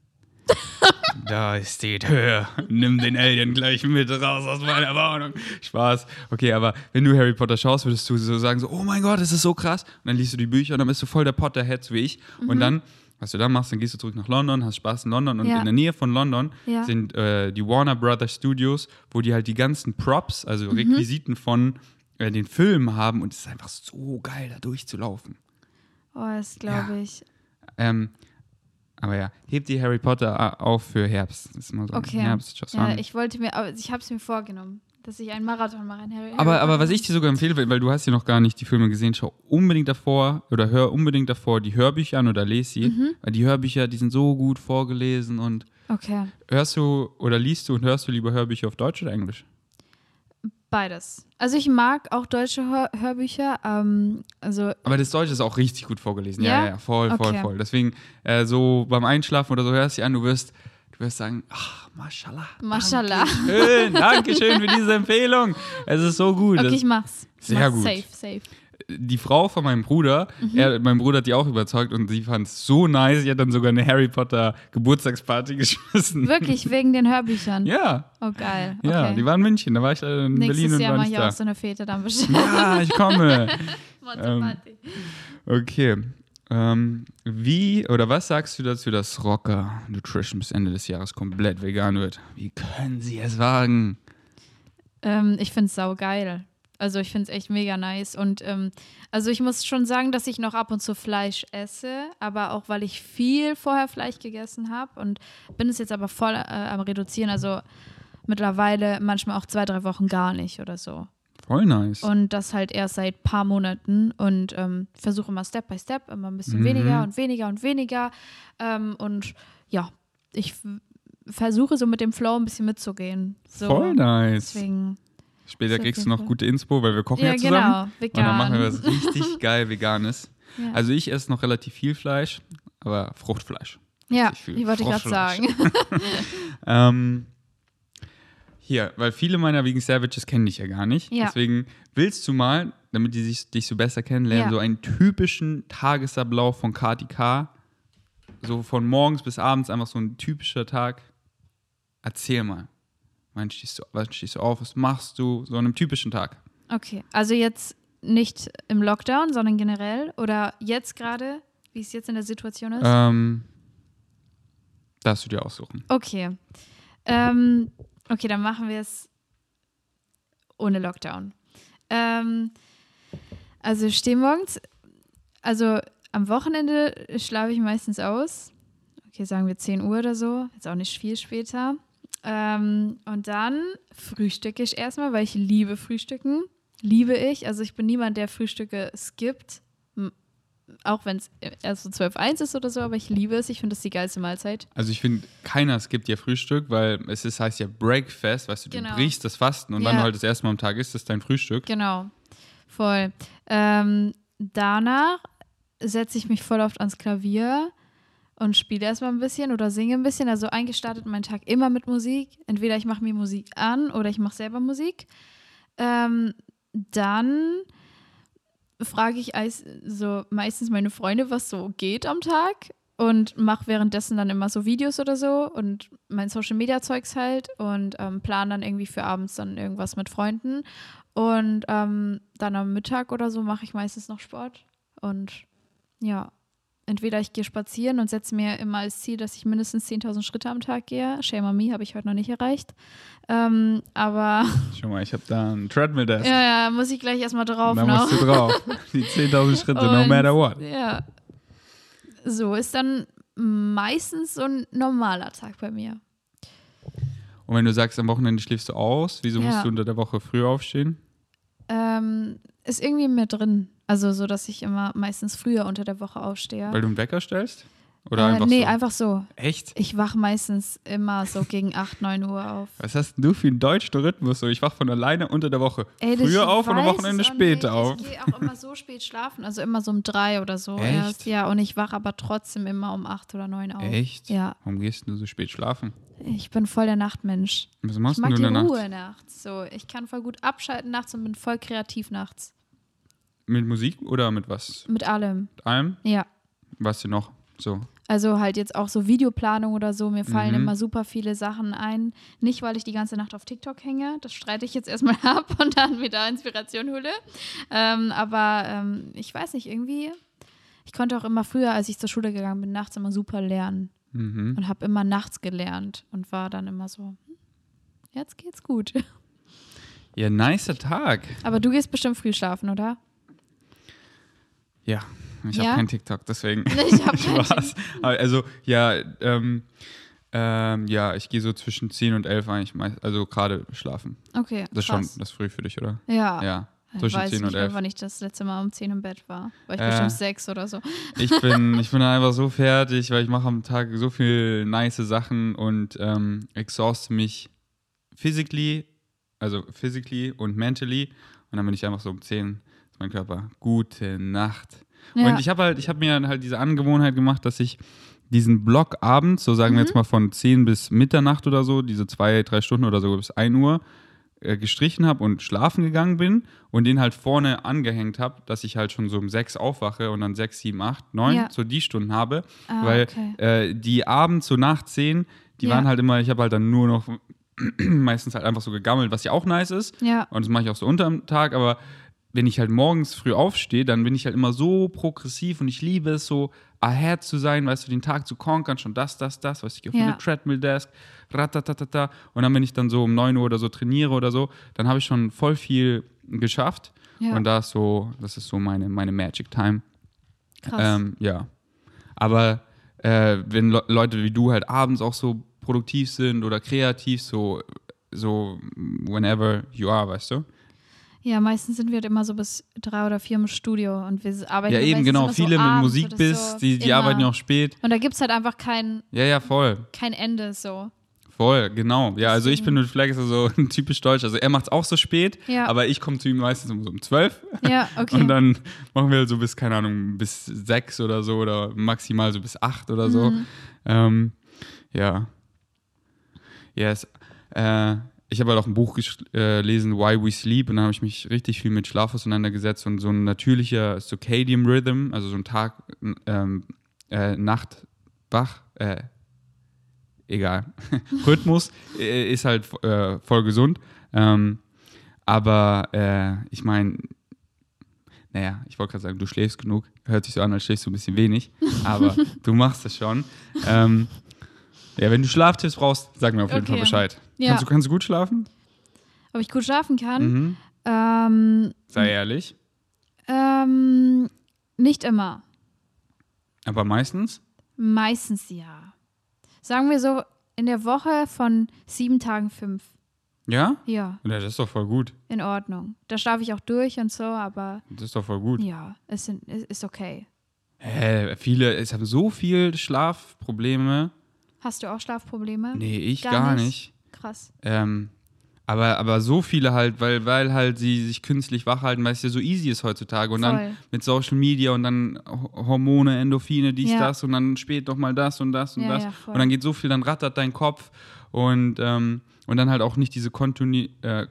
Da steht Höhe, nimm den Alien gleich mit raus aus meiner Wohnung. Spaß. Okay, aber wenn du Harry Potter schaust, würdest du so sagen, so, oh mein Gott, das ist so krass. Und dann liest du die Bücher und dann bist du voll der Potterhead, so wie ich. Und dann, was du dann machst, dann gehst du zurück nach London, hast Spaß in London und Ja. in der Nähe von London Ja. sind die Warner Brothers Studios, wo die halt die ganzen Props, also Requisiten von den Filmen haben und es ist einfach so geil, da durchzulaufen. Oh, das glaube ich. Aber ja, heb die Harry Potter auf für Herbst. Das ist immer so Okay. Herbst, just Ja, running. ich habe es mir vorgenommen, dass ich einen Marathon mache. Aber was ich dir sogar empfehle, weil du hast ja noch gar nicht die Filme gesehen, schau unbedingt davor oder hör unbedingt davor die Hörbücher an oder lese sie. Weil die Hörbücher, die sind so gut vorgelesen und Okay, hörst du oder liest du und hörst du lieber Hörbücher auf Deutsch oder Englisch? beides. Also ich mag auch deutsche Hörbücher. Also Aber das Deutsche ist auch richtig gut vorgelesen. Ja? Ja, voll. Deswegen so beim Einschlafen oder so hörst du an, du wirst sagen, ach, Mashallah. Mashallah. Dankeschön für diese Empfehlung. Es ist so gut. Okay, ich mach's. Sehr gut. Safe. Die Frau von meinem Bruder, mein Bruder hat die auch überzeugt und sie fand es so nice. Sie hat dann sogar eine Harry Potter Geburtstagsparty geschmissen. Wirklich, wegen den Hörbüchern? Ja. Oh, geil. Ja, Okay. die waren in München. Da war ich in Nächstes Berlin und Jahr war mache nicht ich da. auch so eine Fete dann bestimmt. Ja, ich komme. Party. Okay. Was sagst du dazu, dass Rocker Nutrition bis Ende des Jahres komplett vegan wird? Wie können sie es wagen? Ich finde es saugeil. Also ich finde es echt mega nice. Und also ich muss schon sagen, dass ich noch ab und zu Fleisch esse, aber auch, weil ich viel vorher Fleisch gegessen habe und bin es jetzt aber voll am Reduzieren. Also mittlerweile manchmal auch 2-3 Wochen gar nicht oder so. Voll nice. Und das halt erst seit ein paar Monaten und versuche immer Step by Step, immer ein bisschen weniger und weniger und weniger. Und ja, ich versuche so mit dem Flow ein bisschen mitzugehen. So, Voll nice. Deswegen. Später so kriegst du viel noch Fall. gute Inspo, weil wir kochen ja zusammen. Genau, Und vegan. dann machen wir was richtig geil Veganes. Ja. Also ich esse noch relativ viel Fleisch, aber Fruchtfleisch. Ja, Richtig viel wie wollte ich gerade Fruchtfleisch. sagen. Hier, weil viele meiner Vegan Savages kennen dich ja gar nicht. Ja. Deswegen willst du mal, damit die dich so besser kennenlernen, Ja. so einen typischen Tagesablauf von Kati K. So von morgens bis abends einfach so ein typischer Tag. Erzähl mal. Wann stehst du auf? Was machst du? So an einem typischen Tag. Okay, also jetzt nicht im Lockdown, sondern generell oder jetzt gerade, wie es jetzt in der Situation ist? Darfst du dir aussuchen. Okay. Okay, dann machen wir es ohne Lockdown. Also ich stehe morgens, also am Wochenende schlafe ich meistens aus. Okay, sagen wir 10 Uhr oder so, jetzt auch nicht viel später. Und dann frühstücke ich erstmal, weil ich liebe Frühstücken. Liebe ich. Also ich bin niemand, der Frühstücke skippt. Auch wenn es erst so 12:01 ist oder so, aber ich liebe es. Ich finde, das ist die geilste Mahlzeit. Also ich finde, keiner skippt ja Frühstück, weil heißt ja Breakfast, weißt du, du brichst das Fasten und wenn du halt das erste Mal am Tag isst, ist dein Frühstück. Genau, voll. Danach setze ich mich voll oft ans Klavier und spiele erstmal ein bisschen oder singe ein bisschen. Also eingestartet mein Tag immer mit Musik. Entweder ich mache mir Musik an oder ich mache selber Musik. Dann frage ich so meistens meine Freunde, was so geht am Tag und mache währenddessen dann immer so Videos oder so und mein Social-Media-Zeugs halt und plane dann irgendwie für abends dann irgendwas mit Freunden und dann am Mittag oder so mache ich meistens noch Sport und ja, entweder ich gehe spazieren und setze mir immer als Ziel, dass ich mindestens 10.000 Schritte am Tag gehe. Shame on me, habe ich heute noch nicht erreicht. Aber Schau mal, ich habe da einen Treadmill-Desk. Ja, muss ich gleich erstmal drauf. Da musst du drauf. Die 10.000 Schritte, no matter what. Ja, so ist dann meistens so ein normaler Tag bei mir. Und wenn du sagst, am Wochenende schläfst du aus, wieso musst du unter der Woche früh aufstehen? Ist irgendwie in mir drin. Also so, dass ich immer meistens früher unter der Woche aufstehe. Weil du einen Wecker stellst? Oder einfach nee, so? einfach so. Echt? Ich wache meistens immer so gegen 8, 9 Uhr auf. Was hast denn du für einen deutschen Rhythmus? So, ich wache von alleine unter der Woche früher auf und am Wochenende später auf. Ich gehe auch immer so spät schlafen, also immer so um 3 oder so. Echt? Erst. Ja, und ich wache aber trotzdem immer um 8 oder 9 auf. Echt? Ja. Warum gehst du so spät schlafen? Ich bin voll der Nachtmensch. Was machst ich mag du in die der Ruhe Nacht? nachts. So, ich kann voll gut abschalten nachts und bin voll kreativ nachts. Mit Musik oder mit was? Mit allem. Mit allem? Ja. Was denn noch? So. Also halt jetzt auch so Videoplanung oder so. Mir fallen immer super viele Sachen ein. Nicht, weil ich die ganze Nacht auf TikTok hänge. Das streite ich jetzt erstmal ab und dann mir da Inspiration hole. Aber ich weiß nicht, irgendwie. Ich konnte auch immer früher, als ich zur Schule gegangen bin, nachts immer super lernen. Und habe immer nachts gelernt und war dann immer so, jetzt geht's gut. Ja, nicer Tag. Aber du gehst bestimmt früh schlafen, oder? Ja, ich habe kein TikTok, deswegen. Ich habe kein Spaß. Also, ja, ja, ich gehe so zwischen 10 und 11 eigentlich, also gerade schlafen. Okay, Das ist schon das ist früh für dich, oder? Ja. Ja, Ich zwischen weiß 10 und nicht 11. mehr, wann ich das letzte Mal um 10 im Bett war. War ich bestimmt 6 oder so. Ich bin einfach so fertig, weil ich mache am Tag so viel nice Sachen und exhauste mich physically und mentally. Und dann bin ich einfach so um 10, ist mein Körper, gute Nacht. Ja. Und ich habe mir halt diese Angewohnheit gemacht, dass ich diesen Block abends, so sagen wir jetzt mal von 10 bis Mitternacht oder so, diese 2-3 Stunden oder so bis 1 Uhr, gestrichen habe und schlafen gegangen bin und den halt vorne angehängt habe, dass ich halt schon so um 6 aufwache und dann 6, 7, 8, 9, so die Stunden habe. Weil die abends so nach 10, die waren halt immer, ich habe halt dann nur noch meistens halt einfach so gegammelt, was ja auch nice ist. Ja. Und das mache ich auch so unterm Tag, aber wenn ich halt morgens früh aufstehe, dann bin ich halt immer so progressiv und ich liebe es so, ahead zu sein, weißt du, den Tag zu konkern, schon das, weißt du, ich gehe auf eine Treadmill-Desk, ratatatata, und dann, wenn ich dann so um 9 Uhr oder so trainiere oder so, dann habe ich schon voll viel geschafft und das ist so meine Magic Time. Krass. Ja, aber wenn Leute wie du halt abends auch so produktiv sind oder kreativ, so whenever you are, weißt du? Ja, meistens sind wir halt immer so bis 3 oder 4 im Studio und wir arbeiten. Ja, eben, genau. Viele so mit abends, Musik bist, die arbeiten ja auch spät. Und da gibt es halt einfach kein Ende so. Voll, genau. Ja, also ich bin mit Flex so typisch deutsch. Also er macht es auch so spät, aber ich komme zu ihm meistens um 12. Ja, okay. Und dann machen wir halt so bis, keine Ahnung, bis 6 oder so oder maximal so bis 8 oder so. Ja. Yes. Ich habe halt auch ein Buch gelesen, Why We Sleep, und dann habe ich mich richtig viel mit Schlaf auseinandergesetzt und so ein natürlicher Circadian Rhythm, also so ein Tag, Nacht, Wach, egal, Rhythmus ist halt voll gesund. Aber ich meine, naja, ich wollte gerade sagen, du schläfst genug, hört sich so an, als schläfst du ein bisschen wenig, aber du machst das schon. Ja, wenn du Schlaftipps brauchst, sag mir auf jeden Fall Bescheid. Ja. Kannst du gut schlafen? Ob ich gut schlafen kann? Sei ehrlich. Nicht immer. Aber meistens? Meistens ja. Sagen wir so, in der Woche von 7 Tagen 5. Ja? Ja, Ja, das ist doch voll gut. in Ordnung. Da schlafe ich auch durch und so, aber Das ist doch voll gut. ja, ist okay. Es haben so viel Schlafprobleme. Hast du auch Schlafprobleme? Nee, ich gar nicht. Krass. Aber so viele halt, weil halt sie sich künstlich wach halten, weil es ja so easy ist heutzutage. Und Voll. dann mit Social Media und dann Hormone, Endorphine, dies, Ja. das und dann spät noch mal das und das und Ja, das. ja, voll. Und dann geht so viel, dann rattert dein Kopf und dann halt auch nicht diese Kontinuität.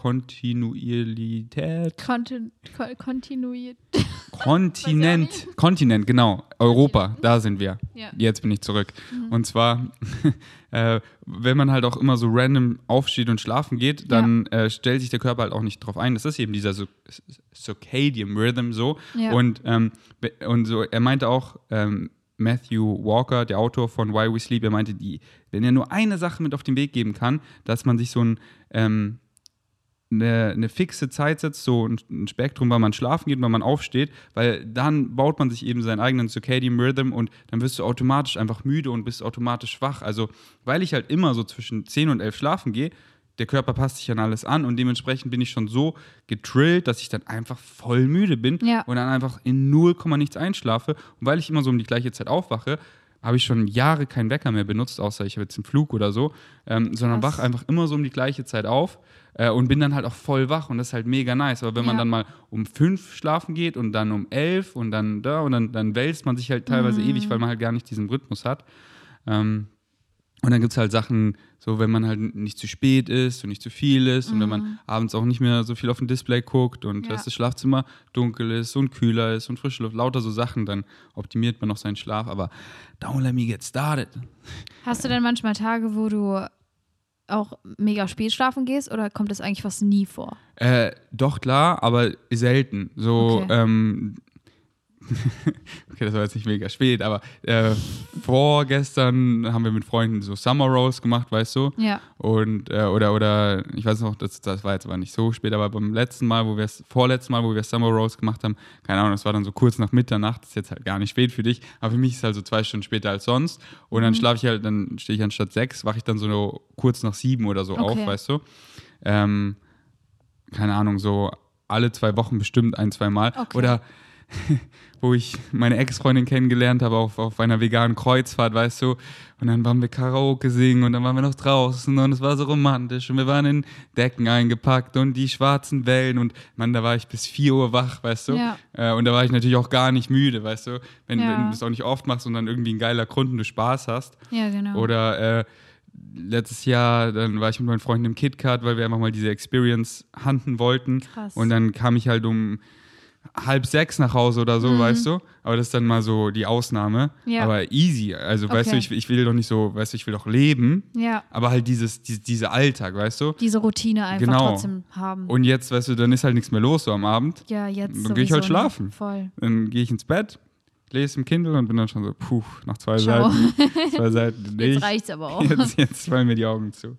Kontinuiert. Kontinent, genau. Europa, da sind wir. Ja. Jetzt bin ich zurück. Und zwar, wenn man halt auch immer so random aufsteht und schlafen geht, dann stellt sich der Körper halt auch nicht drauf ein. Das ist eben dieser Circadian Rhythm so. Ja. Und so, er meinte auch, Matthew Walker, der Autor von Why We Sleep, er meinte, wenn er nur eine Sache mit auf den Weg geben kann, dass man sich so eine fixe Zeit setzt, so ein Spektrum, wann man schlafen geht, wann man aufsteht, weil dann baut man sich eben seinen eigenen Circadian Rhythm und dann wirst du automatisch einfach müde und bist automatisch wach. Also, weil ich halt immer so zwischen 10 und 11 schlafen gehe, der Körper passt sich an alles an und dementsprechend bin ich schon so getrillt, dass ich dann einfach voll müde bin und dann einfach in 0, nichts einschlafe. Und weil ich immer so um die gleiche Zeit aufwache, habe ich schon Jahre keinen Wecker mehr benutzt, außer ich habe jetzt einen Flug oder so, sondern wach einfach immer so um die gleiche Zeit auf und bin dann halt auch voll wach und das ist halt mega nice. Aber wenn man dann mal um 5 schlafen geht und dann um 11 und dann da und dann wälzt man sich halt teilweise ewig, weil man halt gar nicht diesen Rhythmus hat. Und dann gibt es halt Sachen, so wenn man halt nicht zu spät ist und nicht zu viel ist und wenn man abends auch nicht mehr so viel auf dem Display guckt und dass das Schlafzimmer dunkel ist und kühler ist und frische Luft, lauter so Sachen, dann optimiert man noch seinen Schlaf. Aber don't let me get started. Hast du denn manchmal Tage, wo du auch mega spät schlafen gehst oder kommt das eigentlich fast nie vor? Doch, klar, aber selten. So, Okay. Okay, das war jetzt nicht mega spät, aber vorgestern haben wir mit Freunden so Summer Rolls gemacht, weißt du? Ja. Und oder ich weiß noch, das war jetzt aber nicht so spät, aber beim vorletzten Mal, wo wir Summer Rolls gemacht haben, keine Ahnung, das war dann so kurz nach Mitternacht, das ist jetzt halt gar nicht spät für dich, aber für mich ist es halt so 2 Stunden später als sonst. Und dann schlafe ich halt, dann stehe ich anstatt 6, wache ich dann so kurz nach 7 oder so auf, weißt du? Keine Ahnung, so alle 2 Wochen bestimmt 1-2 Mal. Okay. Oder wo ich meine Ex-Freundin kennengelernt habe auf einer veganen Kreuzfahrt, weißt du, und dann waren wir Karaoke singen und dann waren wir noch draußen und es war so romantisch und wir waren in Decken eingepackt und die schwarzen Wellen und Mann, da war ich bis 4 Uhr wach, weißt du, und da war ich natürlich auch gar nicht müde, weißt du, wenn du das auch nicht oft machst und dann irgendwie ein geiler Grund und du Spaß hast. Ja, genau. Oder letztes Jahr, dann war ich mit meinen Freunden im KitKat, weil wir einfach mal diese Experience hunten wollten. Krass. Und dann kam ich halt um 5:30 nach Hause oder so, weißt du? Aber das ist dann mal so die Ausnahme. Ja. Aber easy. Also, weißt du, ich will doch nicht so, weißt du, ich will doch leben. Ja. Aber halt dieser Alltag, weißt du? Diese Routine einfach trotzdem haben. Und jetzt, weißt du, dann ist halt nichts mehr los so am Abend. Ja, jetzt Dann gehe ich halt sowieso, ne? schlafen. Voll. Dann gehe ich ins Bett, lese im Kindle und bin dann schon so, nach 2 Ciao. Seiten. 2 Seiten nicht. Jetzt reicht's aber auch. Jetzt fallen mir die Augen zu.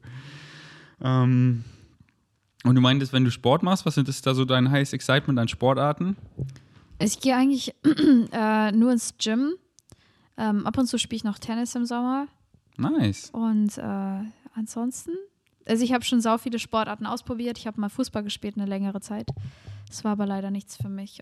Und du meintest, wenn du Sport machst, was sind das da so dein highest excitement an Sportarten? Ich gehe eigentlich nur ins Gym. Ab und zu spiele ich noch Tennis im Sommer. Nice. Und ansonsten, also ich habe schon sau viele Sportarten ausprobiert. Ich habe mal Fußball gespielt eine längere Zeit. Das war aber leider nichts für mich.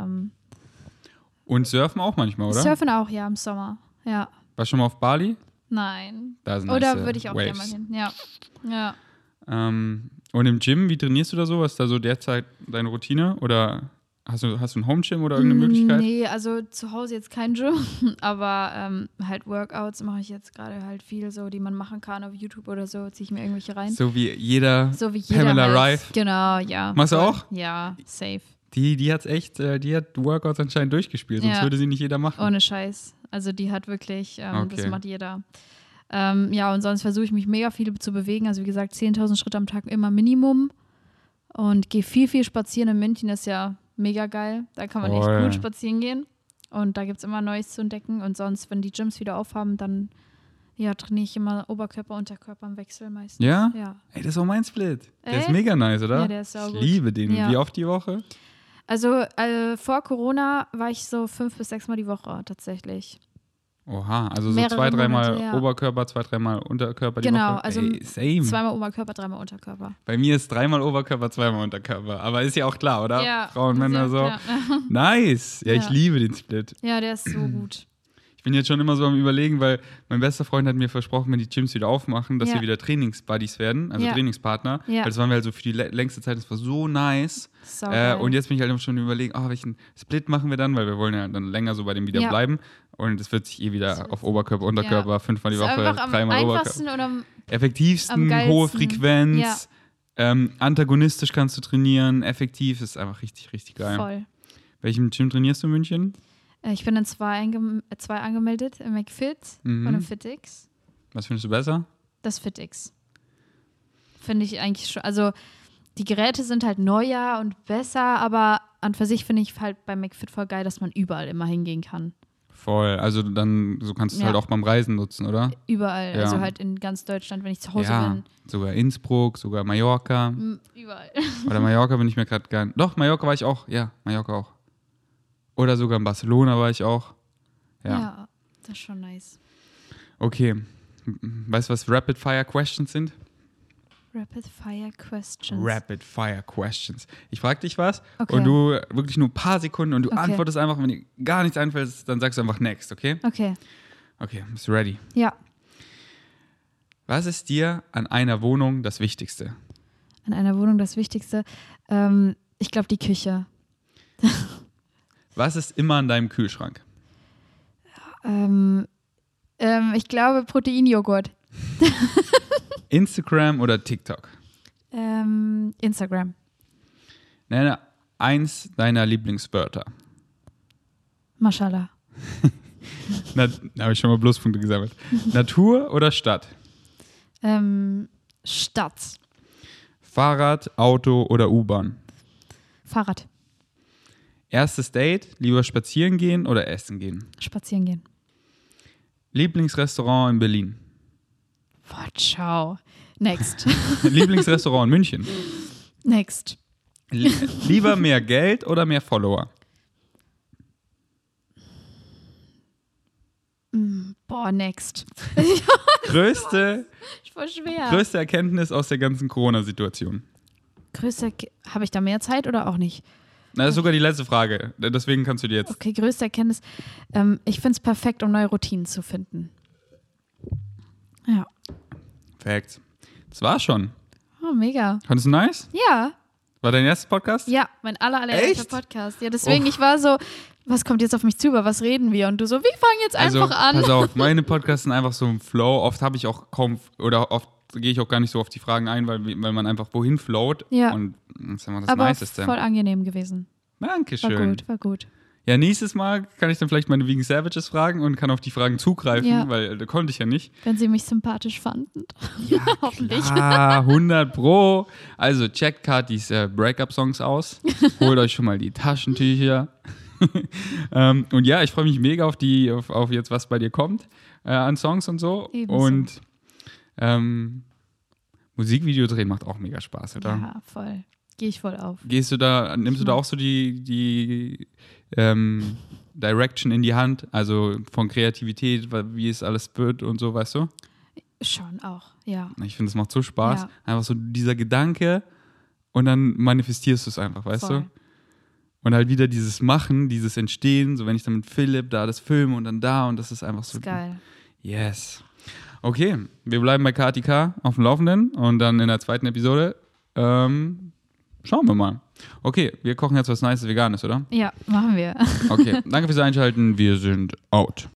Und Surfen auch manchmal, oder? Surfen auch, ja, im Sommer. Ja. Warst du schon mal auf Bali? Nein. Da sind Oder nice, würde ich auch gerne Waves. mal hin. Ja. Ja. Und im Gym, wie trainierst du da so? Was ist da so derzeit deine Routine? Oder hast du ein Home-Gym oder irgendeine Möglichkeit? Nee, also zu Hause jetzt kein Gym, aber halt Workouts mache ich jetzt gerade halt viel so, die man machen kann auf YouTube oder so, ziehe ich mir irgendwelche rein. So wie jeder halt. Pamela Reif. Genau, ja. Machst du auch? Ja, safe. Die hat's echt, die hat Workouts anscheinend durchgespielt, sonst würde sie nicht jeder machen. Ohne Scheiß. Also die hat wirklich, Okay. das macht jeder. Ja, und sonst versuche ich mich mega viel zu bewegen. Also wie gesagt, 10.000 Schritte am Tag immer Minimum. Und gehe viel spazieren. In München ist ja mega geil. Da kann man echt gut spazieren gehen. Und da gibt es immer Neues zu entdecken. Und sonst, wenn die Gyms wieder aufhaben, dann trainiere ich immer Oberkörper, Unterkörper im Wechsel meistens. Ja? Ja. Ey, das ist auch mein Split. Der ist Echt? mega nice, oder? Ja, der ist saugut. Ich liebe den. Ja. Wie oft die Woche? Also vor Corona war ich so 5 bis 6 Mal die Woche tatsächlich. Oha, also so Mehrere 2-3 Mal Monate, ja. Oberkörper, 2-3 Mal Unterkörper die Genau, Woche. also Same. 2-mal Oberkörper, 3-mal Unterkörper. Bei mir ist 3-mal Oberkörper, 2-mal Unterkörper. Aber ist ja auch klar, oder? Ja, Frauen, Männer so. klar. Nice. Ja, ich Ja. liebe den Split. Ja, der ist so gut. Ich bin jetzt schon immer so am Überlegen, weil mein bester Freund hat mir versprochen, wenn die Gyms wieder aufmachen, dass Ja. wir wieder Trainingsbuddies werden, also Ja. Trainingspartner. Ja. Weil das waren wir halt so für die längste Zeit, das war so nice. Saugeil. Und jetzt bin ich halt schon überlegen, welchen Split machen wir dann, weil wir wollen ja dann länger so bei dem wieder Ja. bleiben. Und es wird sich wieder auf Oberkörper, Unterkörper, Ja. 5-mal die Ist Woche, einfach am 3-mal Oberkörper. einfachsten oder am Effektivsten, geilsten. hohe Frequenz, antagonistisch kannst du trainieren, effektiv, ist einfach richtig, richtig geil. voll. Welchem Gym trainierst du in München? Ich bin in zwei angemeldet, im McFit und im FitX. Was findest du besser? Das FitX. Finde ich eigentlich schon, also die Geräte sind halt neuer und besser, aber an für sich finde ich halt beim McFit voll geil, dass man überall immer hingehen kann. Voll, also dann so kannst du es Ja. halt auch beim Reisen nutzen, oder? Überall, Ja. also halt in ganz Deutschland, wenn ich zu Hause Ja, bin. sogar Innsbruck, sogar Mallorca. Überall. Oder Mallorca bin ich mir gerade gar nicht. Doch, Mallorca war ich auch. Ja, Mallorca auch. Oder sogar in Barcelona war ich auch. Ja. Das ist schon nice. Okay. Weißt du, was Rapid Fire Questions sind? Rapid Fire Questions. Rapid Fire Questions. Ich frage dich was Okay. und du wirklich nur ein paar Sekunden und du Okay. antwortest einfach, wenn dir gar nichts einfällt, dann sagst du einfach next, okay? Okay. Okay, bist du ready? Ja. Was ist dir an einer Wohnung das Wichtigste? In einer Wohnung das Wichtigste. Ich glaube, die Küche. Was ist immer in deinem Kühlschrank? Ich glaube, Proteinjoghurt. Instagram oder TikTok? Instagram. Nenne eins deiner Lieblingswörter. Mashallah. Da habe ich schon mal Pluspunkte gesammelt. Natur oder Stadt? Stadt. Fahrrad, Auto oder U-Bahn? Fahrrad. Erstes Date, lieber spazieren gehen oder essen gehen? Spazieren gehen. Lieblingsrestaurant in Berlin? Boah, ciao. Next. Lieblingsrestaurant in München? Next. Lieber mehr Geld oder mehr Follower? Boah, next. Größte Voll schwer. Erkenntnis aus der ganzen Corona-Situation? Habe ich da mehr Zeit oder auch nicht? Na, das ist sogar die letzte Frage. Deswegen kannst du die jetzt. Okay, größte Erkenntnis. Ich finde es perfekt, um neue Routinen zu finden. Ja. Perfekt. Das war's schon. Oh, mega. Fandest du nice? Ja. War dein erster Podcast? Ja, mein allererster Echt? Podcast. Ja, deswegen, Oh. Ich war so, was kommt jetzt auf mich zu, über was reden wir? Und du so, wir fangen jetzt einfach an. Pass auf, meine Podcasts sind einfach so im Flow. Oft habe ich auch kaum, oder oft gehe ich auch gar nicht so auf die Fragen ein, weil man einfach wohin float. Ja. Und das ist immer das Aber Niceste. voll angenehm gewesen. War Dankeschön. gut, war gut. Ja, nächstes Mal kann ich dann vielleicht meine Vegan Savages fragen und kann auf die Fragen zugreifen, Ja. weil da konnte ich ja nicht. Wenn sie mich sympathisch fanden. Ja, Hoffentlich. klar, 100 Pro. Also checkt Katis Breakup-Songs aus. Holt euch schon mal die Taschentücher. Und ja, ich freue mich mega auf jetzt, was bei dir kommt an Songs und so. Ebenso. Und Musikvideo drehen macht auch mega Spaß, oder? Ja, voll. Gehe ich voll auf. Nimmst du da auch so die Direction in die Hand, also von Kreativität, wie es alles wird und so, weißt du? Schon auch, ja. Ich finde, es macht so Spaß. Ja. Einfach so dieser Gedanke und dann manifestierst du es einfach, weißt Voll. du? Und halt wieder dieses Machen, dieses Entstehen, so wenn ich dann mit Philipp da das filme und dann da und das ist einfach so. Ist geil. Yes. Okay, wir bleiben bei KTK auf dem Laufenden und dann in der zweiten Episode schauen wir mal. Okay, wir kochen jetzt was Nices Veganes, oder? Ja, machen wir. Okay, danke fürs Einschalten. Wir sind out.